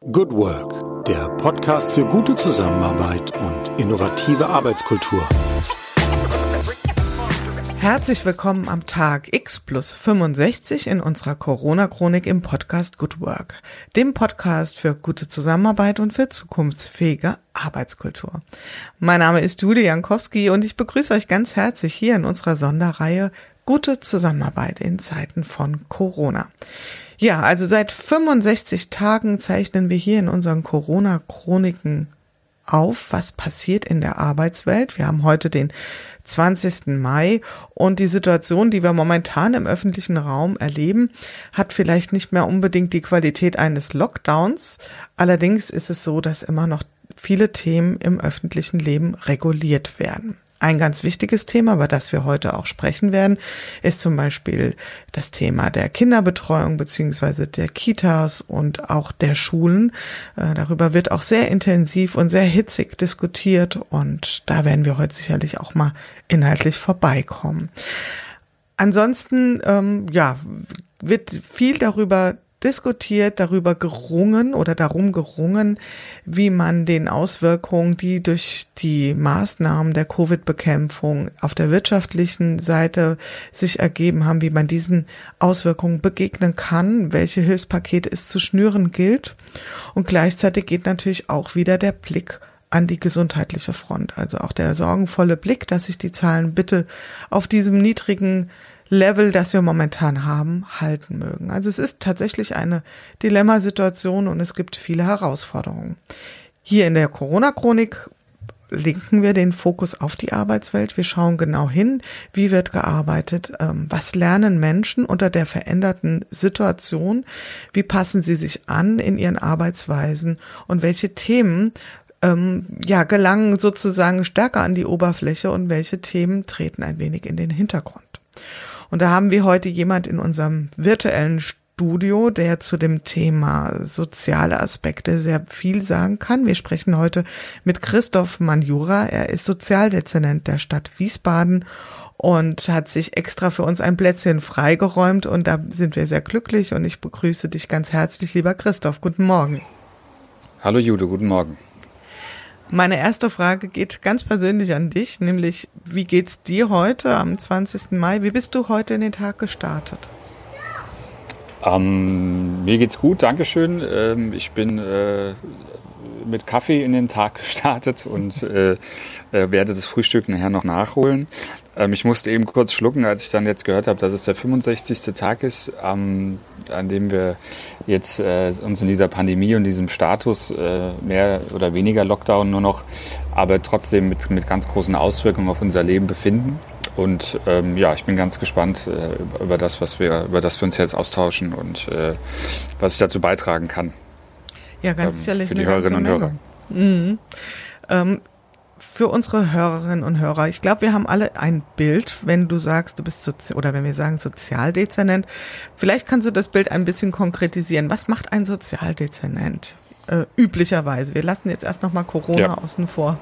Good Work, der Podcast für gute Zusammenarbeit und innovative Arbeitskultur. Herzlich willkommen am Tag X plus 65 in unserer Corona-Chronik im Podcast Good Work, dem Podcast für gute Zusammenarbeit und für zukunftsfähige Arbeitskultur. Mein Name ist Julia Jankowski und ich begrüße euch ganz herzlich hier in unserer Sonderreihe Gute Zusammenarbeit in Zeiten von Corona. Ja, also seit 65 Tagen zeichnen wir hier in unseren Corona-Chroniken auf, was passiert in der Arbeitswelt. Wir haben heute den 20. Mai und die Situation, die wir momentan im öffentlichen Raum erleben, hat vielleicht nicht mehr unbedingt die Qualität eines Lockdowns. Allerdings ist es so, dass immer noch viele Themen im öffentlichen Leben reguliert werden. Ein ganz wichtiges Thema, über das wir heute auch sprechen werden, ist zum Beispiel das Thema der Kinderbetreuung bzw. der Kitas und auch der Schulen. Darüber wird auch sehr intensiv und sehr hitzig diskutiert und da werden wir heute sicherlich auch mal inhaltlich vorbeikommen. Ansonsten wird viel darüber diskutiert, darüber gerungen oder darum gerungen, wie man den Auswirkungen, die durch die Maßnahmen der Covid-Bekämpfung auf der wirtschaftlichen Seite sich ergeben haben, wie man diesen Auswirkungen begegnen kann, welche Hilfspakete es zu schnüren gilt. Und gleichzeitig geht natürlich auch wieder der Blick an die gesundheitliche Front, also auch der sorgenvolle Blick, dass sich die Zahlen bitte auf diesem niedrigen Level, das wir momentan haben, halten mögen. Also es ist tatsächlich eine Dilemmasituation und es gibt viele Herausforderungen. Hier in der Corona-Chronik lenken wir den Fokus auf die Arbeitswelt. Wir schauen genau hin, wie wird gearbeitet, was lernen Menschen unter der veränderten Situation, wie passen sie sich an in ihren Arbeitsweisen und welche Themen gelangen sozusagen stärker an die Oberfläche und welche Themen treten ein wenig in den Hintergrund. Und da haben wir heute jemand in unserem virtuellen Studio, der zu dem Thema soziale Aspekte sehr viel sagen kann. Wir sprechen heute mit Christoph Manjura. Er ist Sozialdezernent der Stadt Wiesbaden und hat sich extra für uns ein Plätzchen freigeräumt. Und da sind wir sehr glücklich und ich begrüße dich ganz herzlich, lieber Christoph. Guten Morgen. Hallo Jude, guten Morgen. Meine erste Frage geht ganz persönlich an dich, nämlich wie geht's dir heute am 20. Mai? Wie bist du heute in den Tag gestartet? Mir geht's gut, Dankeschön. Ich bin mit Kaffee in den Tag gestartet und werde das Frühstück nachher noch nachholen. Ich musste eben kurz schlucken, als ich dann jetzt gehört habe, dass es der 65. Tag ist, an dem wir jetzt uns in dieser Pandemie und diesem Status mehr oder weniger Lockdown nur noch, aber trotzdem mit ganz großen Auswirkungen auf unser Leben befinden. Und ich bin ganz gespannt über das, über das wir uns jetzt austauschen und was ich dazu beitragen kann. Ja, ganz sicherlich für die Hörerinnen und Hörer. Mhm. Für unsere Hörerinnen und Hörer, ich glaube, wir haben alle ein Bild, wenn du sagst, du bist wenn wir sagen Sozialdezernent. Vielleicht kannst du das Bild ein bisschen konkretisieren. Was macht ein Sozialdezernent üblicherweise? Wir lassen jetzt erst nochmal Corona außen vor.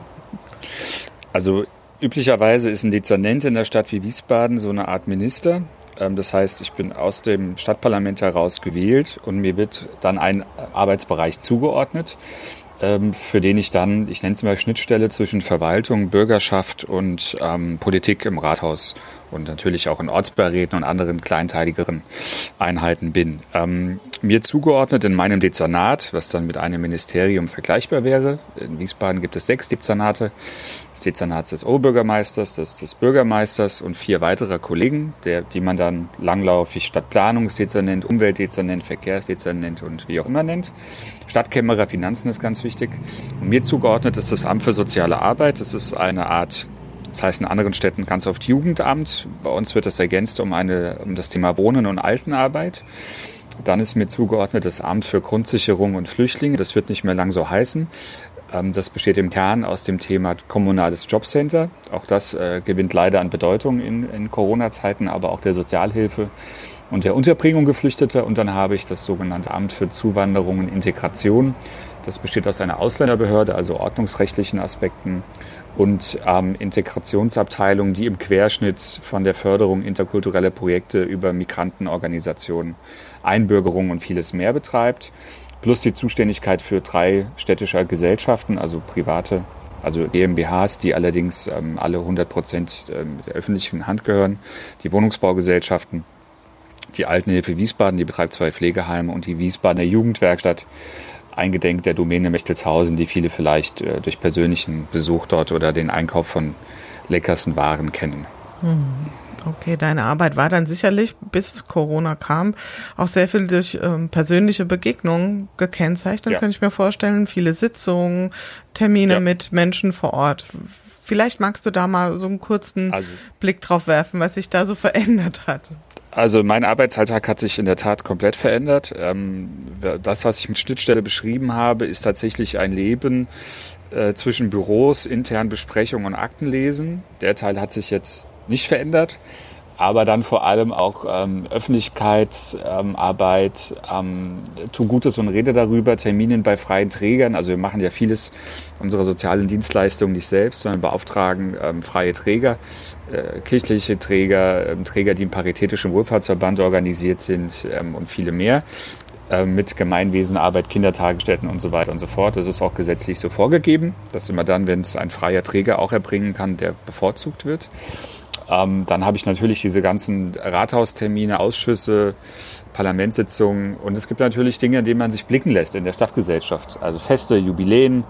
Also üblicherweise ist ein Dezernent in der Stadt wie Wiesbaden so eine Art Minister. Das heißt, ich bin aus dem Stadtparlament heraus gewählt und mir wird dann ein Arbeitsbereich zugeordnet, für den ich nenne es mal Schnittstelle zwischen Verwaltung, Bürgerschaft und Politik im Rathaus und natürlich auch in Ortsbeiräten und anderen kleinteiligeren Einheiten bin. Mir zugeordnet in meinem Dezernat, was dann mit einem Ministerium vergleichbar wäre. In Wiesbaden gibt es 6 Dezernate. Das Dezernat des Oberbürgermeisters, des Bürgermeisters und 4 weiterer Kollegen, die man dann langlaufig Stadtplanungsdezernent, Umweltdezernent, Verkehrsdezernent und wie auch immer nennt. Stadtkämmerer, Finanzen ist ganz wichtig. Und mir zugeordnet ist das Amt für soziale Arbeit. Das ist eine Art, das heißt in anderen Städten ganz oft Jugendamt. Bei uns wird das ergänzt um das Thema Wohnen und Altenarbeit. Dann ist mir zugeordnet das Amt für Grundsicherung und Flüchtlinge. Das wird nicht mehr lang so heißen. Das besteht im Kern aus dem Thema kommunales Jobcenter. Auch das gewinnt leider an Bedeutung in Corona-Zeiten, aber auch der Sozialhilfe und der Unterbringung Geflüchteter. Und dann habe ich das sogenannte Amt für Zuwanderung und Integration. Das besteht aus einer Ausländerbehörde, also ordnungsrechtlichen Aspekten, und Integrationsabteilung, die im Querschnitt von der Förderung interkultureller Projekte über Migrantenorganisationen, Einbürgerung und vieles mehr betreibt. plus die Zuständigkeit für 3 städtische Gesellschaften, also private, also GmbHs, die allerdings alle 100% der öffentlichen Hand gehören, die Wohnungsbaugesellschaften, die Altenhilfe Wiesbaden, die betreibt 2 Pflegeheime und die Wiesbadener Jugendwerkstatt, eingedenk der Domäne Mechtelshausen, die viele vielleicht durch persönlichen Besuch dort oder den Einkauf von leckersten Waren kennen. Okay, deine Arbeit war dann sicherlich, bis Corona kam, auch sehr viel durch persönliche Begegnungen gekennzeichnet, könnte ich mir vorstellen. Viele Sitzungen, Termine mit Menschen vor Ort. Vielleicht magst du da mal so einen kurzen Blick drauf werfen, was sich da so verändert hat. Also mein Arbeitsalltag hat sich in der Tat komplett verändert. Das, was ich mit Schnittstelle beschrieben habe, ist tatsächlich ein Leben zwischen Büros, internen Besprechungen und Aktenlesen. Der Teil hat sich jetzt nicht verändert, aber dann vor allem auch Öffentlichkeitsarbeit, tu Gutes und rede darüber, Terminen bei freien Trägern. Also wir machen ja vieles unserer sozialen Dienstleistungen nicht selbst, sondern beauftragen freie Träger, kirchliche Träger, Träger, die im Paritätischen Wohlfahrtsverband organisiert sind und viele mehr. Mit Gemeinwesenarbeit, Kindertagesstätten und so weiter und so fort. Das ist auch gesetzlich so vorgegeben, dass immer dann, wenn es ein freier Träger auch erbringen kann, der bevorzugt wird. Dann habe ich natürlich diese ganzen Rathaustermine, Ausschüsse, Parlamentssitzungen und es gibt natürlich Dinge, in denen man sich blicken lässt in der Stadtgesellschaft. Also Feste, Jubiläen,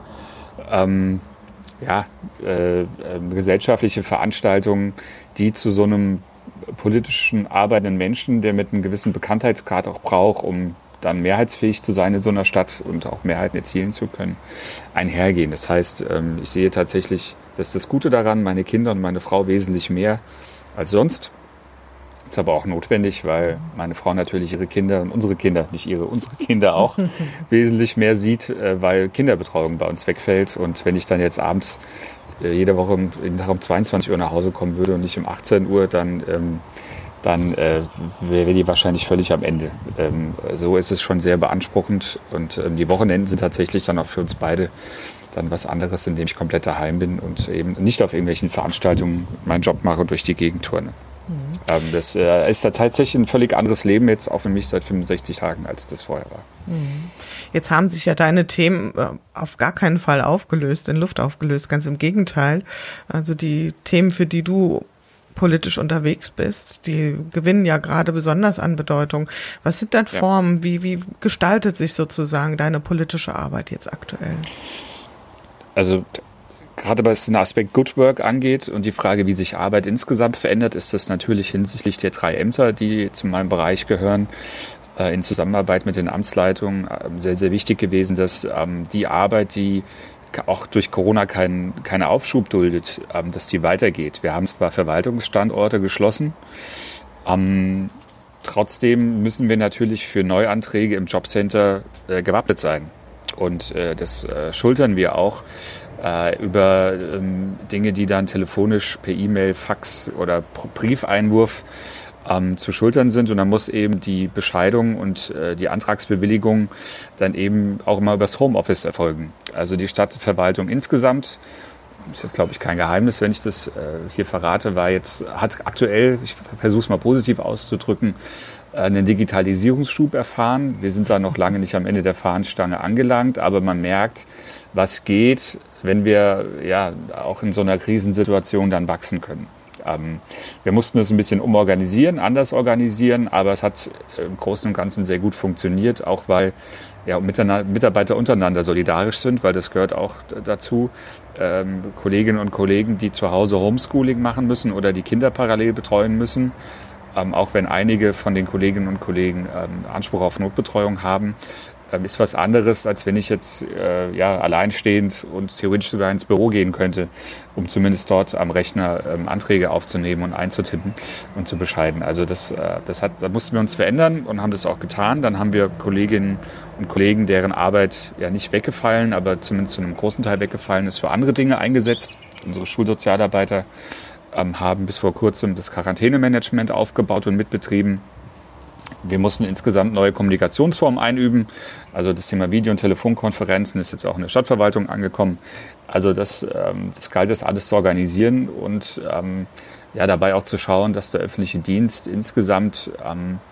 gesellschaftliche Veranstaltungen, die zu so einem politischen arbeitenden Menschen, der mit einem gewissen Bekanntheitsgrad auch braucht, um dann mehrheitsfähig zu sein in so einer Stadt und auch Mehrheiten erzielen zu können, einhergehen. Das heißt, ich sehe tatsächlich, dass das Gute daran, meine Kinder und meine Frau wesentlich mehr als sonst. Ist aber auch notwendig, weil meine Frau natürlich ihre Kinder und unsere Kinder, nicht ihre, unsere Kinder auch wesentlich mehr sieht, weil Kinderbetreuung bei uns wegfällt. Und wenn ich dann jetzt abends jede Woche um 22 Uhr nach Hause kommen würde und nicht um 18 Uhr, dann wäre die wahrscheinlich völlig am Ende. So ist es schon sehr beanspruchend und die Wochenenden sind tatsächlich dann auch für uns beide dann was anderes, indem ich komplett daheim bin und eben nicht auf irgendwelchen Veranstaltungen meinen Job mache und durch die Gegend turne. Das ist tatsächlich ein völlig anderes Leben jetzt auch für mich seit 65 Tagen, als das vorher war. Jetzt haben sich ja deine Themen auf gar keinen Fall aufgelöst, in Luft aufgelöst, ganz im Gegenteil. Also die Themen, für die du politisch unterwegs bist, die gewinnen ja gerade besonders an Bedeutung. Was sind denn Formen? Wie gestaltet sich sozusagen deine politische Arbeit jetzt aktuell? Also gerade was den Aspekt Good Work angeht und die Frage, wie sich Arbeit insgesamt verändert, ist das natürlich hinsichtlich der 3 Ämter, die zu meinem Bereich gehören, in Zusammenarbeit mit den Amtsleitungen sehr, sehr wichtig gewesen, dass die Arbeit, die auch durch Corona keinen Aufschub duldet, dass die weitergeht. Wir haben zwar Verwaltungsstandorte geschlossen, trotzdem müssen wir natürlich für Neuanträge im Jobcenter gewappnet sein. Und das schultern wir auch über Dinge, die dann telefonisch per E-Mail, Fax oder Briefeinwurf zu schultern sind. Und dann muss eben die Bescheidung und die Antragsbewilligung dann eben auch immer übers Homeoffice erfolgen. Also die Stadtverwaltung insgesamt, ist jetzt glaube ich kein Geheimnis, wenn ich das hier verrate, hat aktuell, ich versuche es mal positiv auszudrücken, einen Digitalisierungsschub erfahren. Wir sind da noch lange nicht am Ende der Fahnenstange angelangt, aber man merkt, was geht, wenn wir ja auch in so einer Krisensituation dann wachsen können. Wir mussten es ein bisschen umorganisieren, anders organisieren, aber es hat im Großen und Ganzen sehr gut funktioniert, auch weil ja, Mitarbeiter untereinander solidarisch sind, weil das gehört auch dazu. Kolleginnen und Kollegen, die zu Hause Homeschooling machen müssen oder die Kinder parallel betreuen müssen, auch wenn einige von den Kolleginnen und Kollegen Anspruch auf Notbetreuung haben, ist was anderes, als wenn ich jetzt alleinstehend und theoretisch sogar ins Büro gehen könnte, um zumindest dort am Rechner Anträge aufzunehmen und einzutippen und zu bescheiden. Also da mussten wir uns verändern und haben das auch getan. Dann haben wir Kolleginnen und Kollegen, deren Arbeit ja nicht weggefallen, aber zumindest zu einem großen Teil weggefallen ist, für andere Dinge eingesetzt. Unsere Schulsozialarbeiter haben bis vor kurzem das Quarantänemanagement aufgebaut und mitbetrieben. Wir mussten insgesamt neue Kommunikationsformen einüben. Also das Thema Video- und Telefonkonferenzen ist jetzt auch in der Stadtverwaltung angekommen. Also das galt es alles zu organisieren und dabei auch zu schauen, dass der öffentliche Dienst insgesamt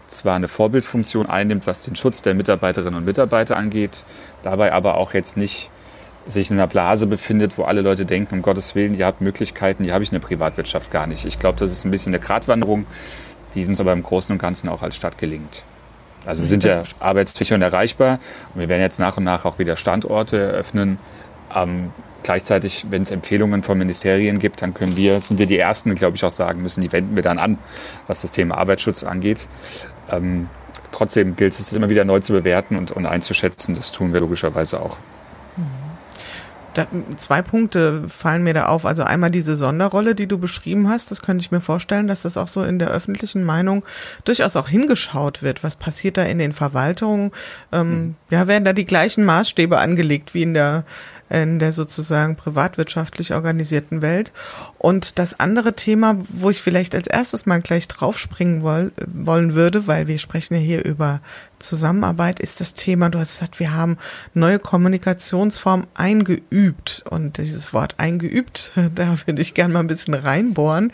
zwar eine Vorbildfunktion einnimmt, was den Schutz der Mitarbeiterinnen und Mitarbeiter angeht, dabei aber auch jetzt nicht sich in einer Blase befindet, wo alle Leute denken, um Gottes Willen, ihr habt Möglichkeiten, die habe ich in der Privatwirtschaft gar nicht. Ich glaube, das ist ein bisschen eine Gratwanderung, die uns aber im Großen und Ganzen auch als Stadt gelingt. Also wir sind ja arbeitsfähig und erreichbar und wir werden jetzt nach und nach auch wieder Standorte eröffnen. Gleichzeitig, wenn es Empfehlungen von Ministerien gibt, dann sind wir die Ersten, glaube ich, auch sagen müssen, die wenden wir dann an, was das Thema Arbeitsschutz angeht. Trotzdem gilt es immer wieder neu zu bewerten und einzuschätzen. Das tun wir logischerweise auch. 2 Punkte fallen mir da auf. Also einmal diese Sonderrolle, die du beschrieben hast. Das könnte ich mir vorstellen, dass das auch so in der öffentlichen Meinung durchaus auch hingeschaut wird. Was passiert da in den Verwaltungen? Werden da die gleichen Maßstäbe angelegt wie in der sozusagen privatwirtschaftlich organisierten Welt. Und das andere Thema, wo ich vielleicht als erstes mal gleich draufspringen wollen würde, weil wir sprechen ja hier über Zusammenarbeit, ist das Thema, du hast gesagt, wir haben neue Kommunikationsformen eingeübt. Und dieses Wort eingeübt, da würde ich gerne mal ein bisschen reinbohren.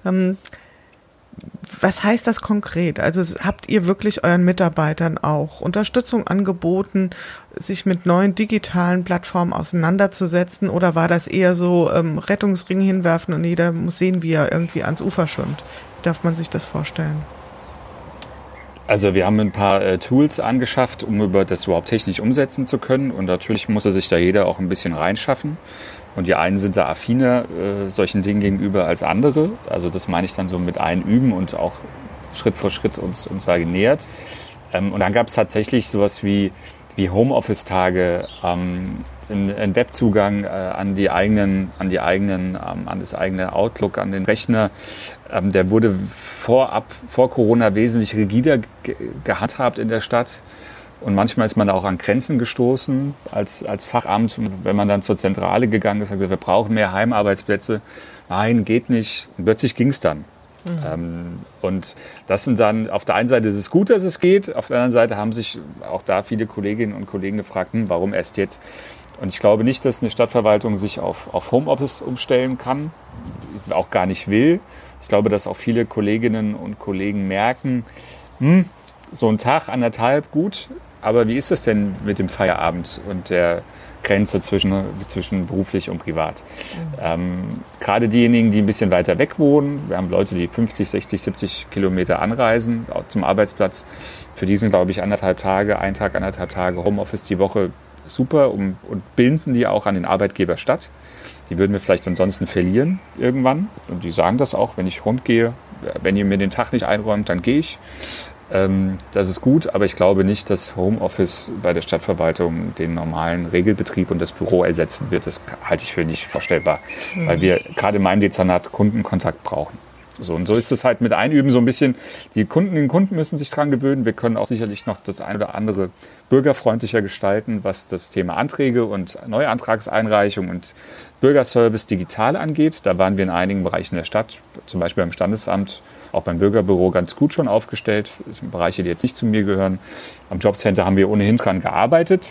Was heißt das konkret? Also habt ihr wirklich euren Mitarbeitern auch Unterstützung angeboten, sich mit neuen digitalen Plattformen auseinanderzusetzen? Oder war das eher so Rettungsring hinwerfen und jeder muss sehen, wie er irgendwie ans Ufer schwimmt? Wie darf man sich das vorstellen? Also wir haben ein paar Tools angeschafft, um das überhaupt technisch umsetzen zu können. Und natürlich musste sich da jeder auch ein bisschen reinschaffen. Und die einen sind da affiner solchen Dingen gegenüber als andere. Also das meine ich dann so mit Einüben und auch Schritt für Schritt uns da genähert. Und dann gab es tatsächlich sowas wie Homeoffice-Tage, einen Webzugang an das eigene Outlook, an den Rechner. Der wurde vor Corona wesentlich rigider gehandhabt in der Stadt. Und manchmal ist man da auch an Grenzen gestoßen als Fachamt. Und wenn man dann zur Zentrale gegangen ist und gesagt, wir brauchen mehr Heimarbeitsplätze. Nein, geht nicht. Und plötzlich ging es dann. Und das sind dann, auf der einen Seite ist es gut, dass es geht. Auf der anderen Seite haben sich auch da viele Kolleginnen und Kollegen gefragt, warum erst jetzt? Und ich glaube nicht, dass eine Stadtverwaltung sich auf Homeoffice umstellen kann, auch gar nicht will. Ich glaube, dass auch viele Kolleginnen und Kollegen merken, so ein Tag, 1,5, gut, aber wie ist das denn mit dem Feierabend und der Grenze zwischen beruflich und privat? Gerade diejenigen, die ein bisschen weiter weg wohnen, wir haben Leute, die 50, 60, 70 Kilometer anreisen zum Arbeitsplatz. Für die sind, glaube ich, 1,5 Tage Homeoffice die Woche super und binden die auch an den Arbeitgeber statt. Die würden wir vielleicht ansonsten verlieren irgendwann. Und die sagen das auch, wenn ich rundgehe. Wenn ihr mir den Tag nicht einräumt, dann gehe ich. Das ist gut, aber ich glaube nicht, dass Homeoffice bei der Stadtverwaltung den normalen Regelbetrieb und das Büro ersetzen wird. Das halte ich für nicht vorstellbar, weil wir gerade in meinem Dezernat Kundenkontakt brauchen. So, und so ist es halt mit Einüben so ein bisschen. Die Kunden müssen sich dran gewöhnen. Wir können auch sicherlich noch das eine oder andere bürgerfreundlicher gestalten, was das Thema Anträge und Neuantragseinreichung und Bürgerservice digital angeht. Da waren wir in einigen Bereichen der Stadt, zum Beispiel beim Standesamt, auch beim Bürgerbüro ganz gut schon aufgestellt. Das sind Bereiche, die jetzt nicht zu mir gehören. Am Jobcenter haben wir ohnehin dran gearbeitet.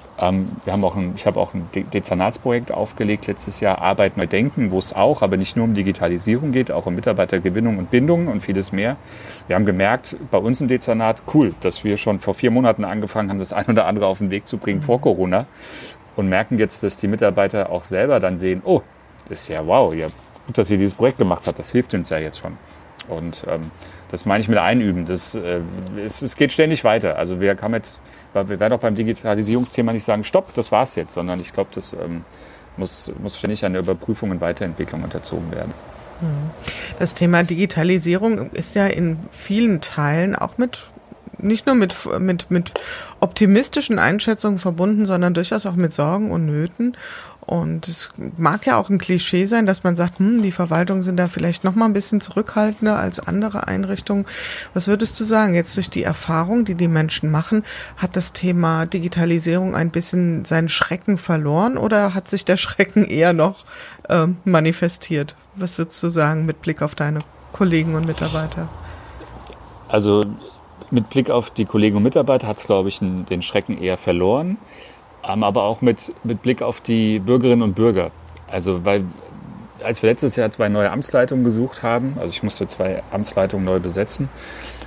Ich habe auch ein Dezernatsprojekt aufgelegt letztes Jahr, Arbeit neu denken, wo es auch, aber nicht nur um Digitalisierung geht, auch um Mitarbeitergewinnung und Bindung und vieles mehr. Wir haben gemerkt, bei uns im Dezernat, cool, dass wir schon vor 4 Monaten angefangen haben, das ein oder andere auf den Weg zu bringen vor Corona und merken jetzt, dass die Mitarbeiter auch selber dann sehen, oh, ist ja wow, ja, gut, dass ihr dieses Projekt gemacht habt, das hilft uns ja jetzt schon. Und das meine ich mit Einüben. Es geht ständig weiter. Also wir werden auch beim Digitalisierungsthema nicht sagen, stopp, das war's jetzt, sondern ich glaube, das muss ständig einer Überprüfung und Weiterentwicklung unterzogen werden. Das Thema Digitalisierung ist ja in vielen Teilen auch nicht nur mit optimistischen Einschätzungen verbunden, sondern durchaus auch mit Sorgen und Nöten. Und es mag ja auch ein Klischee sein, dass man sagt, die Verwaltungen sind da vielleicht noch mal ein bisschen zurückhaltender als andere Einrichtungen. Was würdest du sagen, jetzt durch die Erfahrung, die Menschen machen, hat das Thema Digitalisierung ein bisschen seinen Schrecken verloren oder hat sich der Schrecken eher noch manifestiert? Was würdest du sagen mit Blick auf deine Kollegen und Mitarbeiter? Also mit Blick auf die Kollegen und Mitarbeiter hat es, glaube ich, den Schrecken eher verloren. Aber auch mit Blick auf die Bürgerinnen und Bürger. Also weil als wir letztes Jahr 2 neue Amtsleitungen gesucht haben, also ich musste 2 Amtsleitungen neu besetzen,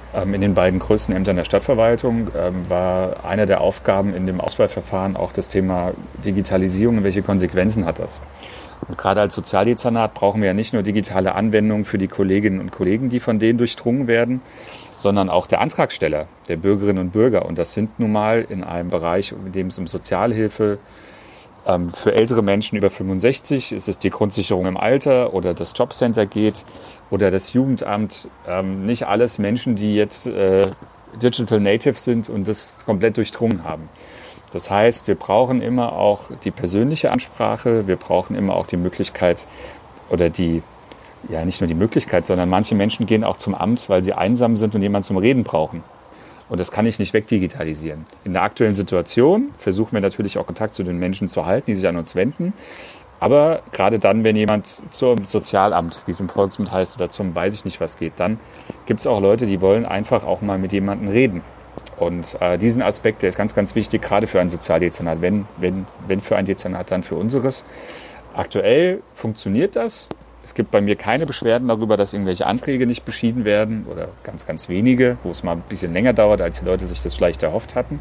In den beiden größten Ämtern der Stadtverwaltung war eine der Aufgaben in dem Auswahlverfahren auch das Thema Digitalisierung und welche Konsequenzen hat das. Und gerade als Sozialdezernat brauchen wir ja nicht nur digitale Anwendungen für die Kolleginnen und Kollegen, die von denen durchdrungen werden, sondern auch der Antragsteller, der Bürgerinnen und Bürger. Und das sind nun mal in einem Bereich, in dem es um Sozialhilfe für ältere Menschen über 65, ist es die Grundsicherung im Alter oder das Jobcenter geht oder das Jugendamt, nicht alles Menschen, die jetzt Digital Native sind und das komplett durchdrungen haben. Das heißt, wir brauchen immer auch die persönliche Ansprache, wir brauchen immer auch die Möglichkeit oder nicht nur die Möglichkeit, sondern manche Menschen gehen auch zum Amt, weil sie einsam sind und jemanden zum Reden brauchen. Und das kann ich nicht wegdigitalisieren. In der aktuellen Situation versuchen wir natürlich auch Kontakt zu den Menschen zu halten, die sich an uns wenden. Aber gerade dann, wenn jemand zum Sozialamt, wie es im Volksmund heißt, oder zum weiß ich nicht was geht, dann gibt es auch Leute, die wollen einfach auch mal mit jemandem reden. Und diesen Aspekt, der ist ganz, ganz wichtig, gerade für ein Sozialdezernat. Wenn für ein Dezernat, dann für unseres. Aktuell funktioniert das. Es gibt bei mir keine Beschwerden darüber, dass irgendwelche Anträge nicht beschieden werden oder ganz, ganz wenige, wo es mal ein bisschen länger dauert, als die Leute sich das vielleicht erhofft hatten.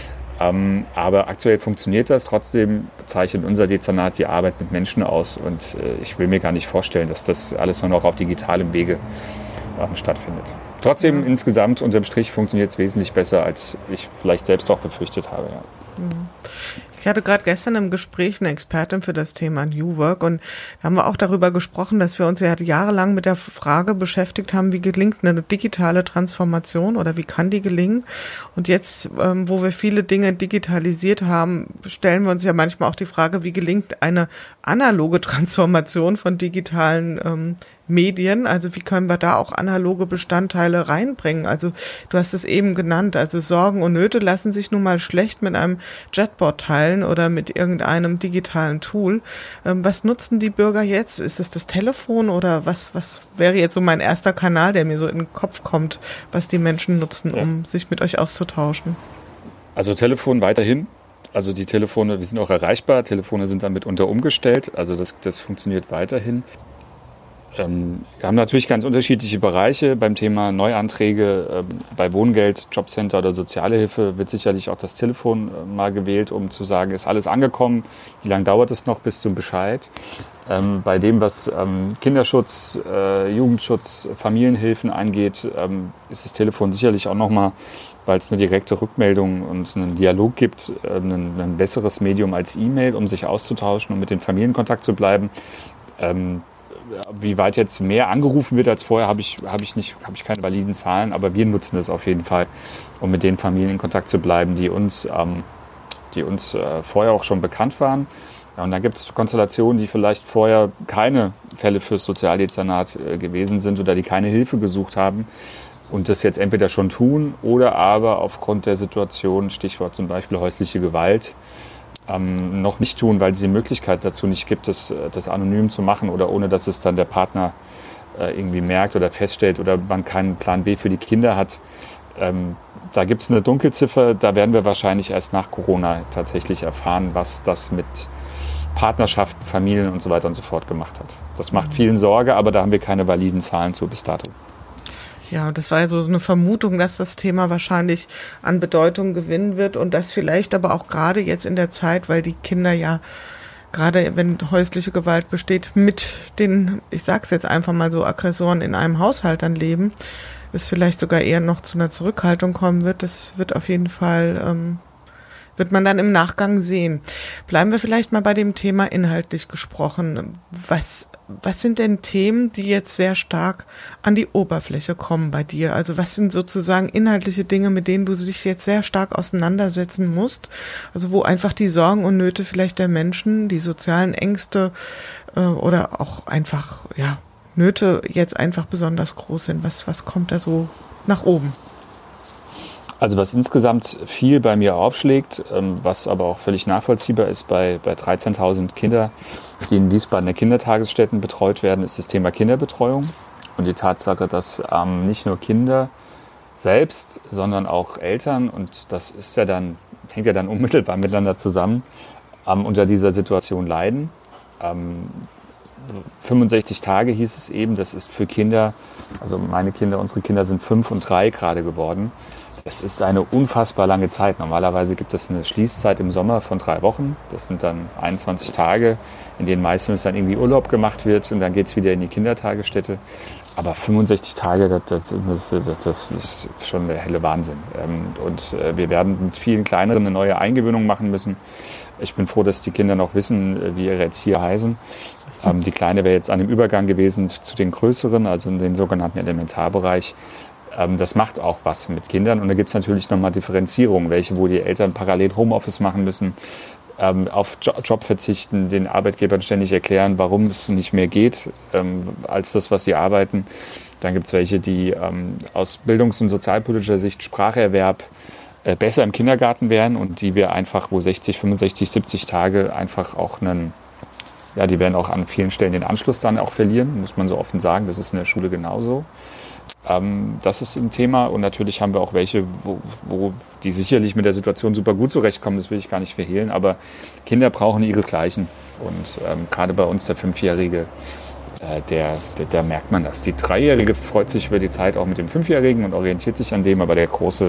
Aber aktuell funktioniert das. Trotzdem zeichnet unser Dezernat die Arbeit mit Menschen aus und ich will mir gar nicht vorstellen, dass das alles nur noch auf digitalem Wege stattfindet. Trotzdem insgesamt unterm Strich funktioniert es wesentlich besser, als ich vielleicht selbst auch befürchtet habe. Ja. Ich hatte gerade gestern im Gespräch eine Expertin für das Thema New Work und da haben wir auch darüber gesprochen, dass wir uns ja jahrelang mit der Frage beschäftigt haben, wie gelingt eine digitale Transformation oder wie kann die gelingen? Und jetzt, wo wir viele Dinge digitalisiert haben, stellen wir uns ja manchmal auch die Frage, wie gelingt eine analoge Transformation von digitalen Medien, also wie können wir da auch analoge Bestandteile reinbringen? Also du hast es eben genannt, also Sorgen und Nöte lassen sich nun mal schlecht mit einem Chatbot teilen oder mit irgendeinem digitalen Tool. Was nutzen die Bürger jetzt? Ist es das Telefon oder was wäre jetzt so mein erster Kanal, der mir so in den Kopf kommt, was die Menschen nutzen, um sich mit euch auszutauschen? Also Telefon weiterhin. Also die Telefone, wir sind auch erreichbar, Telefone sind damit umgestellt, also das funktioniert weiterhin. Wir haben natürlich ganz unterschiedliche Bereiche beim Thema Neuanträge. Bei Wohngeld, Jobcenter oder Sozialhilfe wird sicherlich auch das Telefon mal gewählt, um zu sagen, ist alles angekommen, wie lange dauert es noch bis zum Bescheid. Bei dem, was Kinderschutz, Jugendschutz, Familienhilfen angeht, ist das Telefon sicherlich auch nochmal, weil es eine direkte Rückmeldung und einen Dialog gibt, ein besseres Medium als E-Mail, um sich auszutauschen und mit den Familien in Kontakt zu bleiben. Wie weit jetzt mehr angerufen wird als vorher, habe ich keine validen Zahlen, aber wir nutzen das auf jeden Fall, um mit den Familien in Kontakt zu bleiben, die uns vorher auch schon bekannt waren. Ja, und dann gibt es Konstellationen, die vielleicht vorher keine Fälle fürs Sozialdezernat gewesen sind oder die keine Hilfe gesucht haben und das jetzt entweder schon tun oder aber aufgrund der Situation, Stichwort zum Beispiel häusliche Gewalt, noch nicht tun, weil es die Möglichkeit dazu nicht gibt, das anonym zu machen oder ohne, dass es dann der Partner irgendwie merkt oder feststellt oder man keinen Plan B für die Kinder hat. Da gibt es eine Dunkelziffer, da werden wir wahrscheinlich erst nach Corona tatsächlich erfahren, was das mit Partnerschaften, Familien und so weiter und so fort gemacht hat. Das macht vielen Sorge, aber da haben wir keine validen Zahlen zu bis dato. Ja, das war ja so eine Vermutung, dass das Thema wahrscheinlich an Bedeutung gewinnen wird und das vielleicht aber auch gerade jetzt in der Zeit, weil die Kinder ja, gerade wenn häusliche Gewalt besteht, mit den, ich sag's jetzt einfach mal so, Aggressoren in einem Haushalt dann leben, es vielleicht sogar eher noch zu einer Zurückhaltung kommen wird. Das wird auf jeden Fall, wird man dann im Nachgang sehen. Bleiben wir vielleicht mal bei dem Thema inhaltlich gesprochen. Was sind denn Themen, die jetzt sehr stark an die Oberfläche kommen bei dir? Also was sind sozusagen inhaltliche Dinge, mit denen du dich jetzt sehr stark auseinandersetzen musst? Also wo einfach die Sorgen und Nöte vielleicht der Menschen, die sozialen Ängste oder auch einfach, ja, Nöte jetzt einfach besonders groß sind. Was kommt da so nach oben? Also was insgesamt viel bei mir aufschlägt, was aber auch völlig nachvollziehbar ist bei 13.000 Kindern, die in Wiesbaden der Kindertagesstätten betreut werden, ist das Thema Kinderbetreuung und die Tatsache, dass nicht nur Kinder selbst, sondern auch Eltern, und das ist hängt ja dann unmittelbar miteinander zusammen, unter dieser Situation leiden. 65 Tage hieß es eben, das ist für Kinder, also unsere Kinder sind 5 und 3 gerade geworden. Das ist eine unfassbar lange Zeit. Normalerweise gibt es eine Schließzeit im Sommer von 3 Wochen. Das sind dann 21 Tage, in denen meistens dann irgendwie Urlaub gemacht wird und dann geht es wieder in die Kindertagesstätte. Aber 65 Tage, das ist schon der helle Wahnsinn. Und wir werden mit vielen kleineren eine neue Eingewöhnung machen müssen. Ich bin froh, dass die Kinder noch wissen, wie ihre Erzieher heißen. Die Kleine wäre jetzt an dem Übergang gewesen zu den größeren, also in den sogenannten Elementarbereich. Das macht auch was mit Kindern. Und da gibt es natürlich nochmal Differenzierungen, wo die Eltern parallel Homeoffice machen müssen, auf Job verzichten, den Arbeitgebern ständig erklären, warum es nicht mehr geht, als das, was sie arbeiten. Dann gibt es welche, die aus bildungs- und sozialpolitischer Sicht Spracherwerb besser im Kindergarten wären und die wir einfach, wo 60, 65, 70 Tage einfach auch die werden auch an vielen Stellen den Anschluss dann auch verlieren, muss man so offen sagen. Das ist in der Schule genauso. Das ist ein Thema und natürlich haben wir auch welche, wo die sicherlich mit der Situation super gut zurechtkommen, das will ich gar nicht verhehlen, aber Kinder brauchen ihresgleichen und gerade bei uns der 5-Jährige, da merkt man das. Die 3-Jährige freut sich über die Zeit auch mit dem 5-Jährigen und orientiert sich an dem, aber der Große,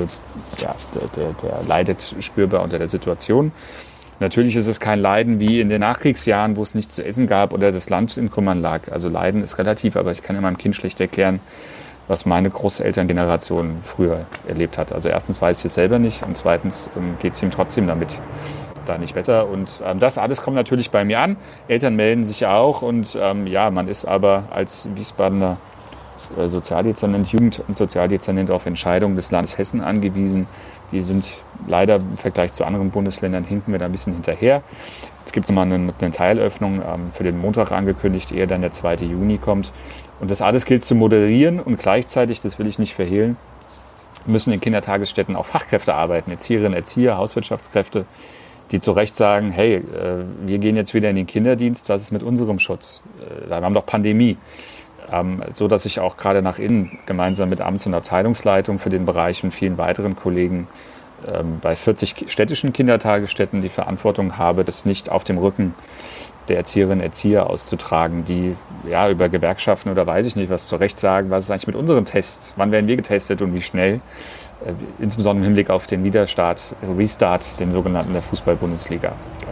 der leidet spürbar unter der Situation. Natürlich ist es kein Leiden wie in den Nachkriegsjahren, wo es nichts zu essen gab oder das Land in Trümmern lag. Also Leiden ist relativ, aber ich kann ja meinem Kind schlecht erklären, was meine Großelterngeneration früher erlebt hat. Also erstens weiß ich es selber nicht und zweitens geht es ihm trotzdem damit da nicht besser. Und das alles kommt natürlich bei mir an. Eltern melden sich auch und man ist aber als Wiesbadener Sozialdezernent, Jugend- und Sozialdezernent auf Entscheidungen des Landes Hessen angewiesen. Die sind leider im Vergleich zu anderen Bundesländern hinken wir da ein bisschen hinterher. Jetzt gibt es mal eine Teilöffnung für den Montag angekündigt, ehe dann der 2. Juni kommt. Und das alles gilt zu moderieren und gleichzeitig, das will ich nicht verhehlen, müssen in Kindertagesstätten auch Fachkräfte arbeiten, Erzieherinnen, Erzieher, Hauswirtschaftskräfte, die zu Recht sagen, hey, wir gehen jetzt wieder in den Kinderdienst, was ist mit unserem Schutz? Wir haben doch Pandemie. So dass ich auch gerade nach innen gemeinsam mit Amts- und Abteilungsleitung für den Bereich und vielen weiteren Kollegen bei 40 städtischen Kindertagesstätten die Verantwortung habe, das nicht auf dem Rücken der Erzieherinnen und Erzieher auszutragen, die über Gewerkschaften oder weiß ich nicht was zu Recht sagen, was ist eigentlich mit unseren Tests, wann werden wir getestet und wie schnell, insbesondere im Hinblick auf den Restart, den sogenannten der Fußball-Bundesliga.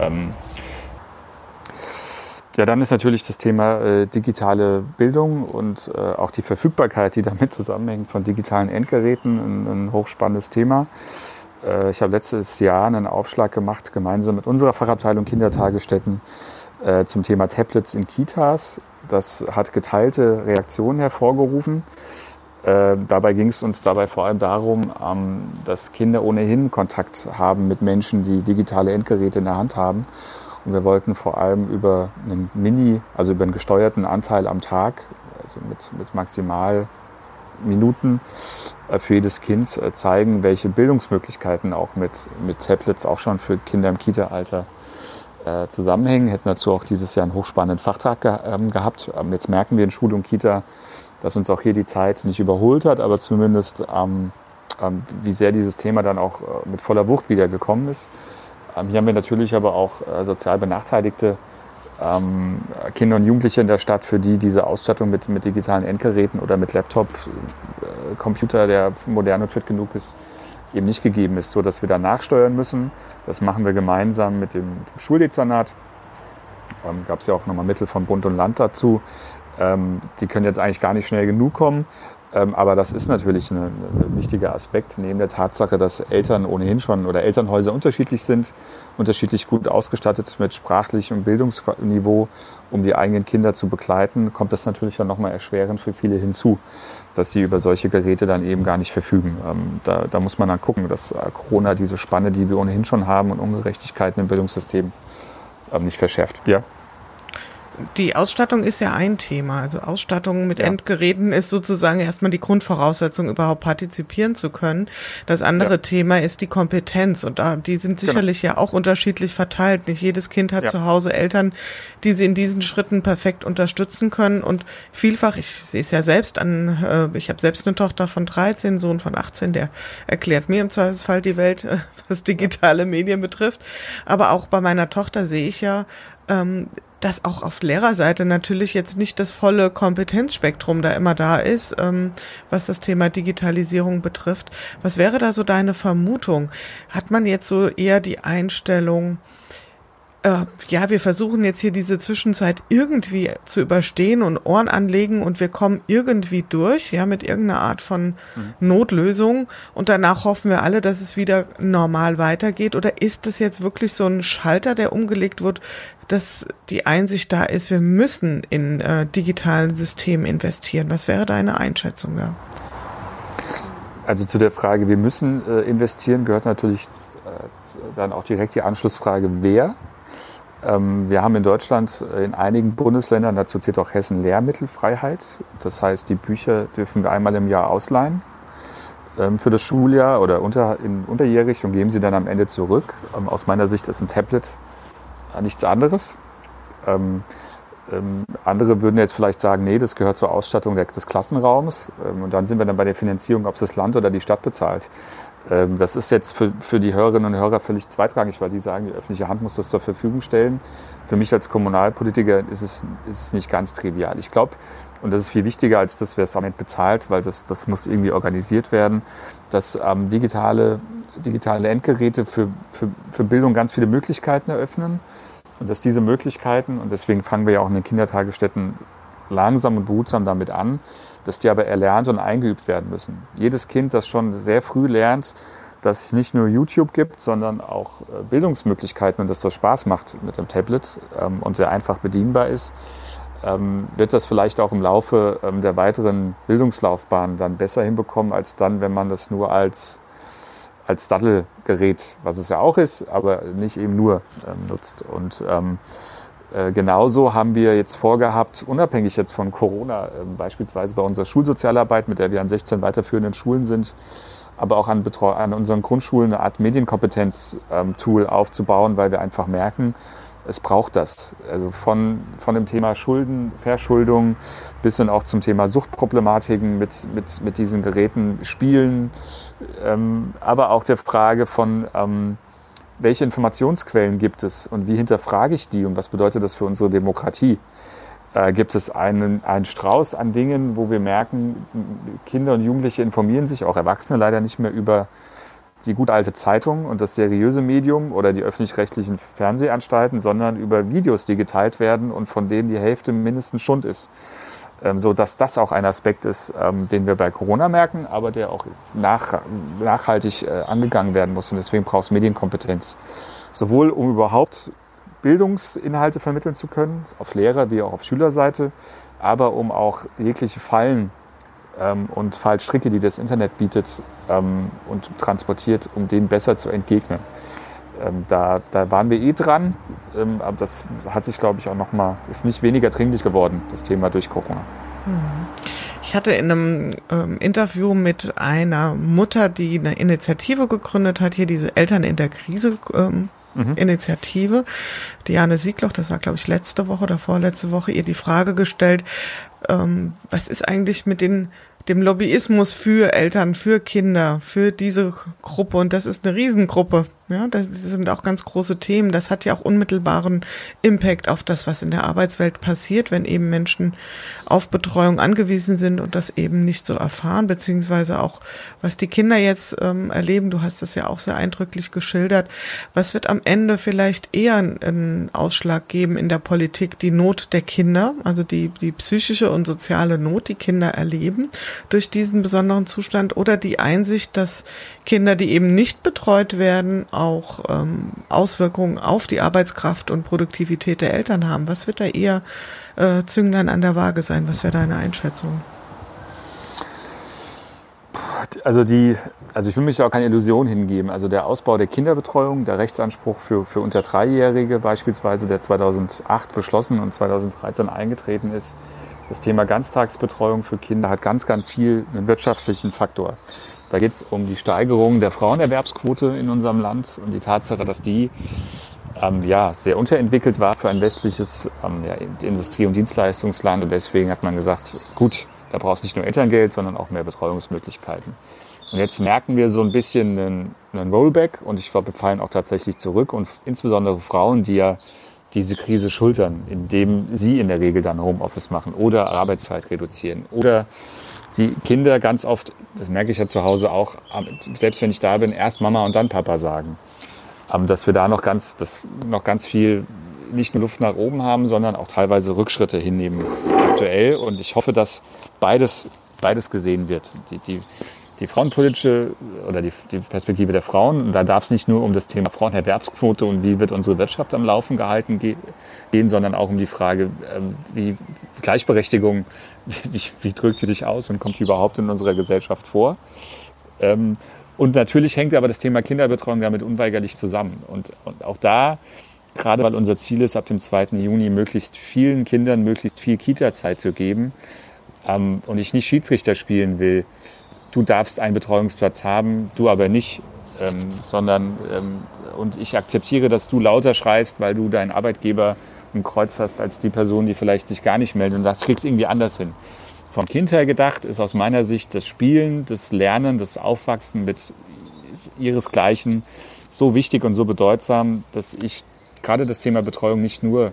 Dann ist natürlich das Thema digitale Bildung und auch die Verfügbarkeit, die damit zusammenhängt, von digitalen Endgeräten, ein hochspannendes Thema. Ich habe letztes Jahr einen Aufschlag gemacht, gemeinsam mit unserer Fachabteilung Kindertagesstätten, zum Thema Tablets in Kitas. Das hat geteilte Reaktionen hervorgerufen. Dabei ging es uns vor allem darum, dass Kinder ohnehin Kontakt haben mit Menschen, die digitale Endgeräte in der Hand haben. Und wir wollten vor allem über einen gesteuerten Anteil am Tag, also mit maximal Minuten für jedes Kind zeigen, welche Bildungsmöglichkeiten auch mit Tablets auch schon für Kinder im Kita-Alter zusammenhängen. Hätten dazu auch dieses Jahr einen hochspannenden Fachtag gehabt. Jetzt merken wir in Schule und Kita, dass uns auch hier die Zeit nicht überholt hat, aber zumindest wie sehr dieses Thema dann auch mit voller Wucht wieder gekommen ist. Hier haben wir natürlich aber auch sozial benachteiligte Kinder und Jugendliche in der Stadt, für die diese Ausstattung mit digitalen Endgeräten oder mit Laptop, Computer, der modern und fit genug ist, eben nicht gegeben ist, so dass wir da nachsteuern müssen. Das machen wir gemeinsam mit dem Schuldezernat. Gab es ja auch nochmal Mittel von Bund und Land dazu. Die können jetzt eigentlich gar nicht schnell genug kommen. Aber das ist natürlich ein wichtiger Aspekt, neben der Tatsache, dass Eltern ohnehin schon oder Elternhäuser unterschiedlich sind, unterschiedlich gut ausgestattet mit sprachlichem Bildungsniveau, um die eigenen Kinder zu begleiten, kommt das natürlich dann nochmal erschwerend für viele hinzu, dass sie über solche Geräte dann eben gar nicht verfügen. Da muss man dann gucken, dass Corona diese Spanne, die wir ohnehin schon haben und Ungerechtigkeiten im Bildungssystem nicht verschärft. Ja. Die Ausstattung ist ja ein Thema. Also Ausstattung mit Endgeräten ist sozusagen erstmal die Grundvoraussetzung, überhaupt partizipieren zu können. Das andere Thema ist die Kompetenz. Und die sind sicherlich ja auch unterschiedlich verteilt. Nicht jedes Kind hat zu Hause Eltern, die sie in diesen Schritten perfekt unterstützen können. Und vielfach, ich sehe es ja selbst ich habe selbst eine Tochter von 13, einen Sohn von 18, der erklärt mir im Zweifelsfall die Welt, was digitale Medien betrifft. Aber auch bei meiner Tochter sehe ich ja, dass auch auf Lehrerseite natürlich jetzt nicht das volle Kompetenzspektrum da immer da ist, was das Thema Digitalisierung betrifft. Was wäre da so deine Vermutung? Hat man jetzt so eher die Einstellung, ja, wir versuchen jetzt hier diese Zwischenzeit irgendwie zu überstehen und Ohren anlegen und wir kommen irgendwie durch, ja, mit irgendeiner Art von Notlösung und danach hoffen wir alle, dass es wieder normal weitergeht? Oder ist das jetzt wirklich so ein Schalter, der umgelegt wird, dass die Einsicht da ist, wir müssen in digitalen Systemen investieren? Was wäre deine Einschätzung da? Also zu der Frage, wir müssen investieren, gehört natürlich dann auch direkt die Anschlussfrage, wer? Wir haben in Deutschland in einigen Bundesländern, dazu zählt auch Hessen, Lehrmittelfreiheit. Das heißt, die Bücher dürfen wir einmal im Jahr ausleihen für das Schuljahr oder unterjährig und geben sie dann am Ende zurück. Aus meiner Sicht ist ein Tablet nichts anderes. Andere würden jetzt vielleicht sagen, nee, das gehört zur Ausstattung des Klassenraums. Und dann sind wir dann bei der Finanzierung, ob es das Land oder die Stadt bezahlt. Das ist jetzt für die Hörerinnen und Hörer völlig zweitrangig, weil die sagen, die öffentliche Hand muss das zur Verfügung stellen. Für mich als Kommunalpolitiker ist es nicht ganz trivial. Ich glaube, und das ist viel wichtiger, als dass wer es am Ende bezahlt, weil das muss irgendwie organisiert werden, dass digitale Endgeräte für Bildung ganz viele Möglichkeiten eröffnen. Und dass diese Möglichkeiten, und deswegen fangen wir ja auch in den Kindertagesstätten langsam und behutsam damit an, dass die aber erlernt und eingeübt werden müssen. Jedes Kind, das schon sehr früh lernt, dass es nicht nur YouTube gibt, sondern auch Bildungsmöglichkeiten und dass das Spaß macht mit dem Tablet und sehr einfach bedienbar ist, wird das vielleicht auch im Laufe der weiteren Bildungslaufbahn dann besser hinbekommen, als dann, wenn man das nur als Daddelgerät, was es ja auch ist, aber nicht eben nur nutzt. Und genauso haben wir jetzt vorgehabt, unabhängig jetzt von Corona, beispielsweise bei unserer Schulsozialarbeit, mit der wir an 16 weiterführenden Schulen sind, aber auch an unseren Grundschulen eine Art Medienkompetenz-Tool aufzubauen, weil wir einfach merken, es braucht das. Also von dem Thema Schulden, Verschuldung bis hin auch zum Thema Suchtproblematiken mit diesen Geräten, Spielen, aber auch der Frage von welche Informationsquellen gibt es und wie hinterfrage ich die und was bedeutet das für unsere Demokratie? Gibt es einen Strauß an Dingen, wo wir merken, Kinder und Jugendliche informieren sich, auch Erwachsene leider nicht mehr über die gute alte Zeitung und das seriöse Medium oder die öffentlich-rechtlichen Fernsehanstalten, sondern über Videos, die geteilt werden und von denen die Hälfte mindestens Schund ist. So dass das auch ein Aspekt ist, den wir bei Corona merken, aber der auch nachhaltig angegangen werden muss. Und deswegen braucht es Medienkompetenz. Sowohl um überhaupt Bildungsinhalte vermitteln zu können, auf Lehrer- wie auch auf Schülerseite, aber um auch jegliche Fallen und Fallstricke, die das Internet bietet und transportiert, um denen besser zu entgegnen. Da waren wir dran, aber das hat sich, glaube ich, auch ist nicht weniger dringlich geworden, das Thema durch Corona. Ich hatte in einem Interview mit einer Mutter, die eine Initiative gegründet hat, hier diese Eltern in der Krise Initiative, Diane Siegloch, das war, glaube ich, letzte Woche oder vorletzte Woche, ihr die Frage gestellt, was ist eigentlich mit dem Lobbyismus für Eltern, für Kinder, für diese Gruppe, und das ist eine Riesengruppe. Ja, das sind auch ganz große Themen. Das hat ja auch unmittelbaren Impact auf das, was in der Arbeitswelt passiert, wenn eben Menschen auf Betreuung angewiesen sind und das eben nicht so erfahren, beziehungsweise auch, was die Kinder jetzt erleben. Du hast es ja auch sehr eindrücklich geschildert. Was wird am Ende vielleicht eher einen Ausschlag geben in der Politik? Die Not der Kinder, also die psychische und soziale Not, die Kinder erleben durch diesen besonderen Zustand, oder die Einsicht, dass Kinder, die eben nicht betreut werden, auch Auswirkungen auf die Arbeitskraft und Produktivität der Eltern haben. Was wird da eher Zünglein an der Waage sein? Was wäre deine Einschätzung? Also ich will mich auch keine Illusion hingeben. Also der Ausbau der Kinderbetreuung, der Rechtsanspruch für unter 3-Jährige beispielsweise, der 2008 beschlossen und 2013 eingetreten ist, das Thema Ganztagsbetreuung für Kinder hat ganz, ganz viel einen wirtschaftlichen Faktor. Da geht es um die Steigerung der Frauenerwerbsquote in unserem Land und die Tatsache, dass die sehr unterentwickelt war für ein westliches Industrie- und Dienstleistungsland. Und deswegen hat man gesagt, gut, da brauchst du nicht nur Elterngeld, sondern auch mehr Betreuungsmöglichkeiten. Und jetzt merken wir so ein bisschen einen Rollback und ich glaube, wir fallen auch tatsächlich zurück. Und insbesondere Frauen, die ja diese Krise schultern, indem sie in der Regel dann Homeoffice machen oder Arbeitszeit reduzieren. Oder die Kinder ganz oft, das merke ich ja zu Hause auch, selbst wenn ich da bin, erst Mama und dann Papa sagen. Dass wir da noch ganz viel, nicht nur Luft nach oben haben, sondern auch teilweise Rückschritte hinnehmen aktuell. Und ich hoffe, dass beides gesehen wird. Die frauenpolitische oder die Perspektive der Frauen, und da darf es nicht nur um das Thema Frauenerwerbsquote und wie wird unsere Wirtschaft am Laufen gehalten gehen, sondern auch um die Frage, wie Gleichberechtigung, wie drückt die sich aus und kommt die überhaupt in unserer Gesellschaft vor. Und natürlich hängt aber das Thema Kinderbetreuung damit unweigerlich zusammen. Und auch da, gerade weil unser Ziel ist, ab dem 2. Juni möglichst vielen Kindern möglichst viel Kita-Zeit zu geben, und ich nicht Schiedsrichter spielen will, du darfst einen Betreuungsplatz haben, du aber nicht, und ich akzeptiere, dass du lauter schreist, weil du deinen Arbeitgeber im Kreuz hast als die Person, die vielleicht sich gar nicht meldet und sagt, ich krieg's irgendwie anders hin. Vom Kind her gedacht ist aus meiner Sicht das Spielen, das Lernen, das Aufwachsen mit ihresgleichen so wichtig und so bedeutsam, dass ich gerade das Thema Betreuung nicht nur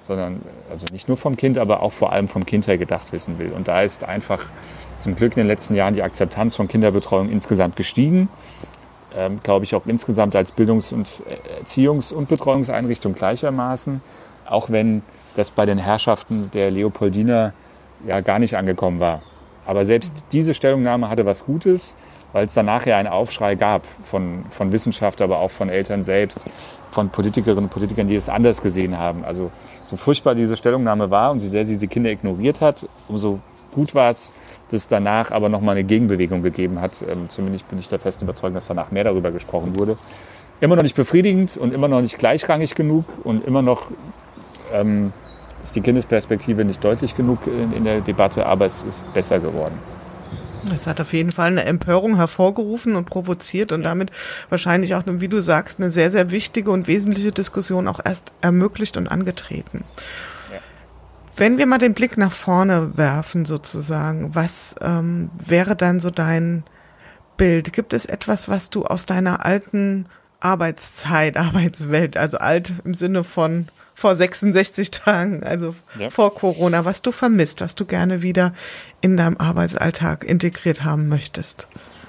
vom Kind, aber auch vor allem vom Kind her gedacht wissen will. Und da ist einfach zum Glück in den letzten Jahren die Akzeptanz von Kinderbetreuung insgesamt gestiegen. Glaube ich auch insgesamt als Bildungs- und Erziehungs- und Betreuungseinrichtung gleichermaßen. Auch wenn das bei den Herrschaften der Leopoldiner ja gar nicht angekommen war. Aber selbst diese Stellungnahme hatte was Gutes, weil es danach ja einen Aufschrei gab von Wissenschaft, aber auch von Eltern selbst, von Politikerinnen und Politikern, die es anders gesehen haben. Also so furchtbar diese Stellungnahme war und so sehr sie die Kinder ignoriert hat, umso gut war es, dass danach aber nochmal eine Gegenbewegung gegeben hat. Zumindest bin ich der festen Überzeugung, dass danach mehr darüber gesprochen wurde. Immer noch nicht befriedigend und immer noch nicht gleichrangig genug und immer noch ist die Kindesperspektive nicht deutlich genug in der Debatte, aber es ist besser geworden. Es hat auf jeden Fall eine Empörung hervorgerufen und provoziert und damit wahrscheinlich auch, wie du sagst, eine sehr, sehr wichtige und wesentliche Diskussion auch erst ermöglicht und angetreten. Ja. Wenn wir mal den Blick nach vorne werfen sozusagen, was wäre dann so dein Bild? Gibt es etwas, was du aus deiner alten Arbeitswelt, also alt im Sinne von vor 66 Tagen, also vor Corona, was du vermisst, was du gerne wieder in deinem Arbeitsalltag integriert haben möchtest?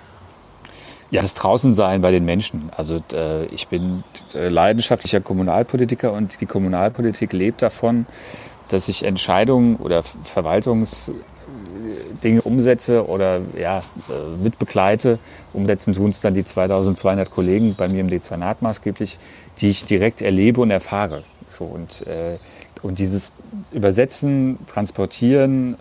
Ja, das Draußensein bei den Menschen. Also ich bin leidenschaftlicher Kommunalpolitiker und die Kommunalpolitik lebt davon, dass ich Entscheidungen oder Verwaltungsdinge umsetze oder mitbegleite. Umsetzen tun es dann die 2200 Kollegen bei mir im Dezernat maßgeblich, die ich direkt erlebe und erfahre. So, und dieses Übersetzen, Transportieren,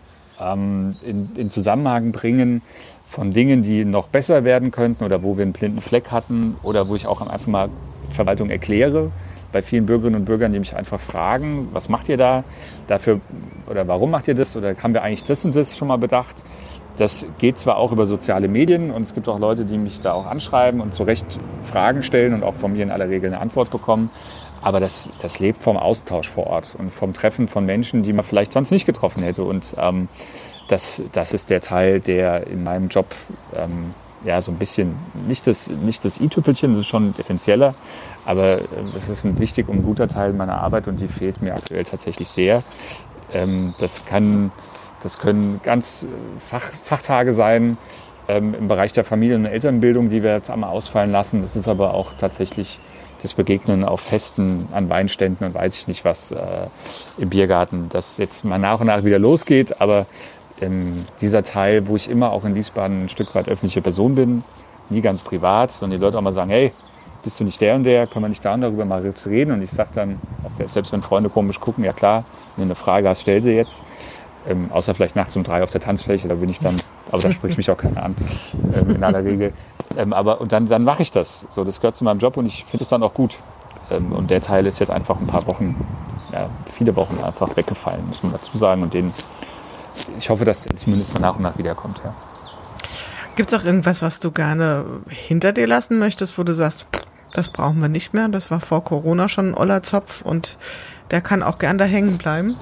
in Zusammenhang bringen von Dingen, die noch besser werden könnten oder wo wir einen blinden Fleck hatten oder wo ich auch einfach mal Verwaltung erkläre, bei vielen Bürgerinnen und Bürgern, die mich einfach fragen, was macht ihr da dafür oder warum macht ihr das oder haben wir eigentlich das und das schon mal bedacht? Das geht zwar auch über soziale Medien und es gibt auch Leute, die mich da auch anschreiben und zu Recht Fragen stellen und auch von mir in aller Regel eine Antwort bekommen. Aber das lebt vom Austausch vor Ort und vom Treffen von Menschen, die man vielleicht sonst nicht getroffen hätte. Und das ist der Teil, der in meinem Job so ein bisschen, nicht das i-Tüpfelchen, das ist schon essentieller, aber das ist ein wichtig und guter Teil meiner Arbeit und die fehlt mir aktuell tatsächlich sehr. Das können ganz Fachtage sein im Bereich der Familien- und Elternbildung, die wir jetzt einmal ausfallen lassen. Das ist aber auch tatsächlich das Begegnen auf Festen, an Weinständen und weiß ich nicht was im Biergarten, das jetzt mal nach und nach wieder losgeht. Aber dieser Teil, wo ich immer auch in Wiesbaden ein Stück weit öffentliche Person bin, nie ganz privat, sondern die Leute auch mal sagen, hey, bist du nicht der und der, können wir nicht da und darüber mal reden? Und ich sage dann, auch selbst wenn Freunde komisch gucken, ja klar, wenn du eine Frage hast, stell sie jetzt. Außer vielleicht nachts um 3 auf der Tanzfläche, da bin ich dann, aber da spricht mich auch keiner an, in aller Regel. Und dann mache ich das. So, das gehört zu meinem Job und ich finde es dann auch gut. Und der Teil ist jetzt einfach ein paar Wochen, viele Wochen einfach weggefallen, muss man dazu sagen. Und ich hoffe, dass der zumindest nach und nach wiederkommt. Ja. Gibt es auch irgendwas, was du gerne hinter dir lassen möchtest, wo du sagst, das brauchen wir nicht mehr, das war vor Corona schon ein oller Zopf und der kann auch gern da hängen bleiben?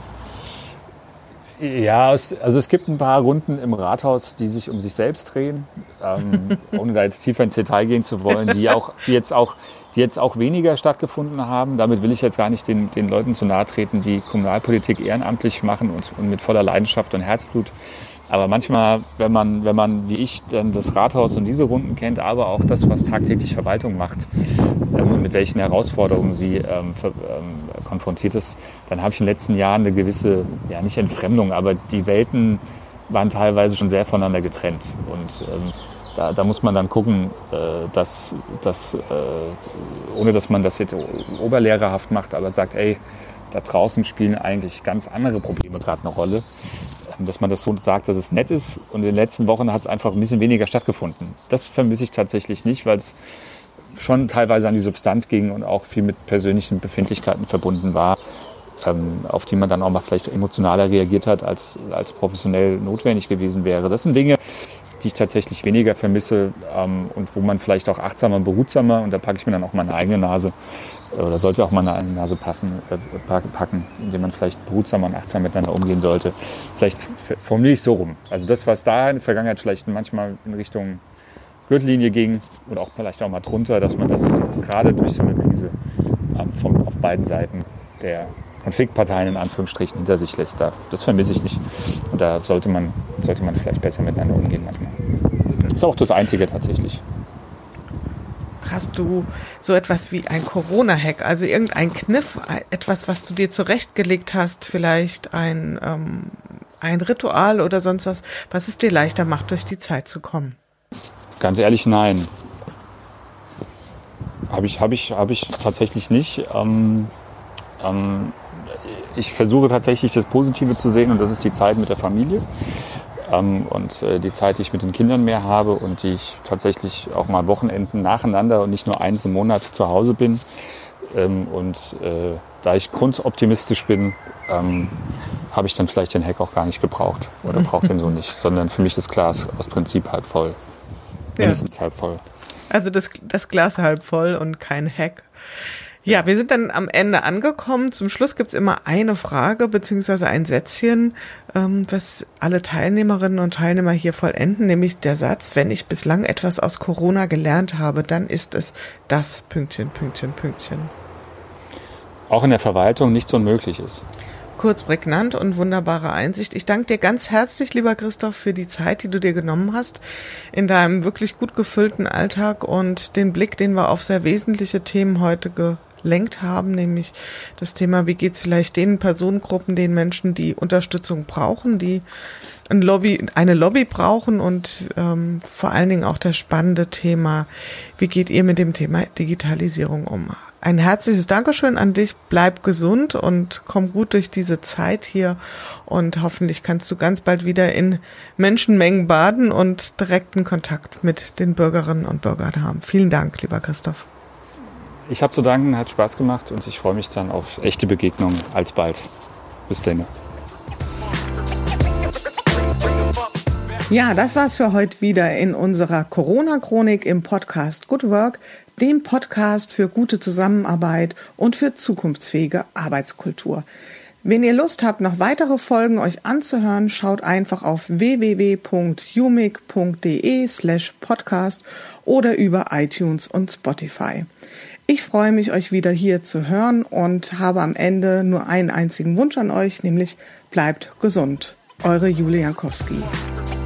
Ja, also es gibt ein paar Runden im Rathaus, die sich um sich selbst drehen, ohne da jetzt tiefer ins Detail gehen zu wollen, die jetzt auch die jetzt auch weniger stattgefunden haben. Damit will ich jetzt gar nicht den Leuten zu nahe treten, die Kommunalpolitik ehrenamtlich machen und mit voller Leidenschaft und Herzblut. Aber manchmal, wenn man wie ich dann das Rathaus und diese Runden kennt, aber auch das, was tagtäglich Verwaltung macht und mit welchen Herausforderungen sie konfrontiert ist, dann habe ich in den letzten Jahren eine gewisse, ja nicht Entfremdung, aber die Welten waren teilweise schon sehr voneinander getrennt. Und da muss man dann gucken, dass ohne dass man das jetzt oberlehrerhaft macht, aber sagt, ey, da draußen spielen eigentlich ganz andere Probleme gerade eine Rolle. Dass man das so sagt, dass es nett ist. Und in den letzten Wochen hat es einfach ein bisschen weniger stattgefunden. Das vermisse ich tatsächlich nicht, weil es schon teilweise an die Substanz ging und auch viel mit persönlichen Befindlichkeiten verbunden war, auf die man dann auch mal vielleicht emotionaler reagiert hat, als professionell notwendig gewesen wäre. Das sind Dinge, die ich tatsächlich weniger vermisse und wo man vielleicht auch achtsamer und behutsamer, und da packe ich mir dann auch meine eigene Nase, oder sollte auch mal eine eigene Nase packen, indem man vielleicht behutsamer und achtsam miteinander umgehen sollte. Vielleicht formuliere ich so rum. Also das, was da in der Vergangenheit vielleicht manchmal in Richtung Gürtellinie ging oder auch vielleicht auch mal drunter, dass man das gerade durch so eine Krise auf beiden Seiten der Konfliktparteien in Anführungsstrichen hinter sich lässt. Das vermisse ich nicht. Und da sollte man vielleicht besser miteinander umgehen manchmal. Das ist auch das Einzige tatsächlich. Hast du so etwas wie ein Corona-Hack, also irgendein Kniff, etwas, was du dir zurechtgelegt hast, vielleicht ein Ritual oder sonst was es dir leichter macht, durch die Zeit zu kommen? Ganz ehrlich, nein. Habe ich tatsächlich nicht. Ich versuche tatsächlich das Positive zu sehen, und das ist die Zeit mit der Familie und die Zeit, die ich mit den Kindern mehr habe und die ich tatsächlich auch mal Wochenenden nacheinander und nicht nur eins im Monat zu Hause bin. Da ich grundoptimistisch bin, habe ich dann vielleicht den Hack auch gar nicht gebraucht oder brauche den so nicht, sondern für mich das Glas aus Prinzip halb voll. Mindestens halb voll. Also das Glas halb voll und kein Hack. Ja, wir sind dann am Ende angekommen. Zum Schluss gibt's immer eine Frage beziehungsweise ein Sätzchen, was alle Teilnehmerinnen und Teilnehmer hier vollenden, nämlich der Satz: Wenn ich bislang etwas aus Corona gelernt habe, dann ist es das ... Auch in der Verwaltung nichts unmöglich ist. Kurz, prägnant und wunderbare Einsicht. Ich danke dir ganz herzlich, lieber Christoph, für die Zeit, die du dir genommen hast in deinem wirklich gut gefüllten Alltag und den Blick, den wir auf sehr wesentliche Themen heute gelenkt haben, nämlich das Thema, wie geht's vielleicht den Personengruppen, den Menschen, die Unterstützung brauchen, die eine Lobby brauchen, und vor allen Dingen auch das spannende Thema, wie geht ihr mit dem Thema Digitalisierung um? Ein herzliches Dankeschön an dich. Bleib gesund und komm gut durch diese Zeit hier. Und hoffentlich kannst du ganz bald wieder in Menschenmengen baden und direkten Kontakt mit den Bürgerinnen und Bürgern haben. Vielen Dank, lieber Christoph. Ich habe zu danken, hat Spaß gemacht und ich freue mich dann auf echte Begegnungen alsbald. Bis dann. Ja, das war's für heute wieder in unserer Corona-Chronik im Podcast Good Work, dem Podcast für gute Zusammenarbeit und für zukunftsfähige Arbeitskultur. Wenn ihr Lust habt, noch weitere Folgen euch anzuhören, schaut einfach auf www.umic.de/podcast oder über iTunes und Spotify. Ich freue mich, euch wieder hier zu hören und habe am Ende nur einen einzigen Wunsch an euch, nämlich bleibt gesund. Eure Julia Jankowski.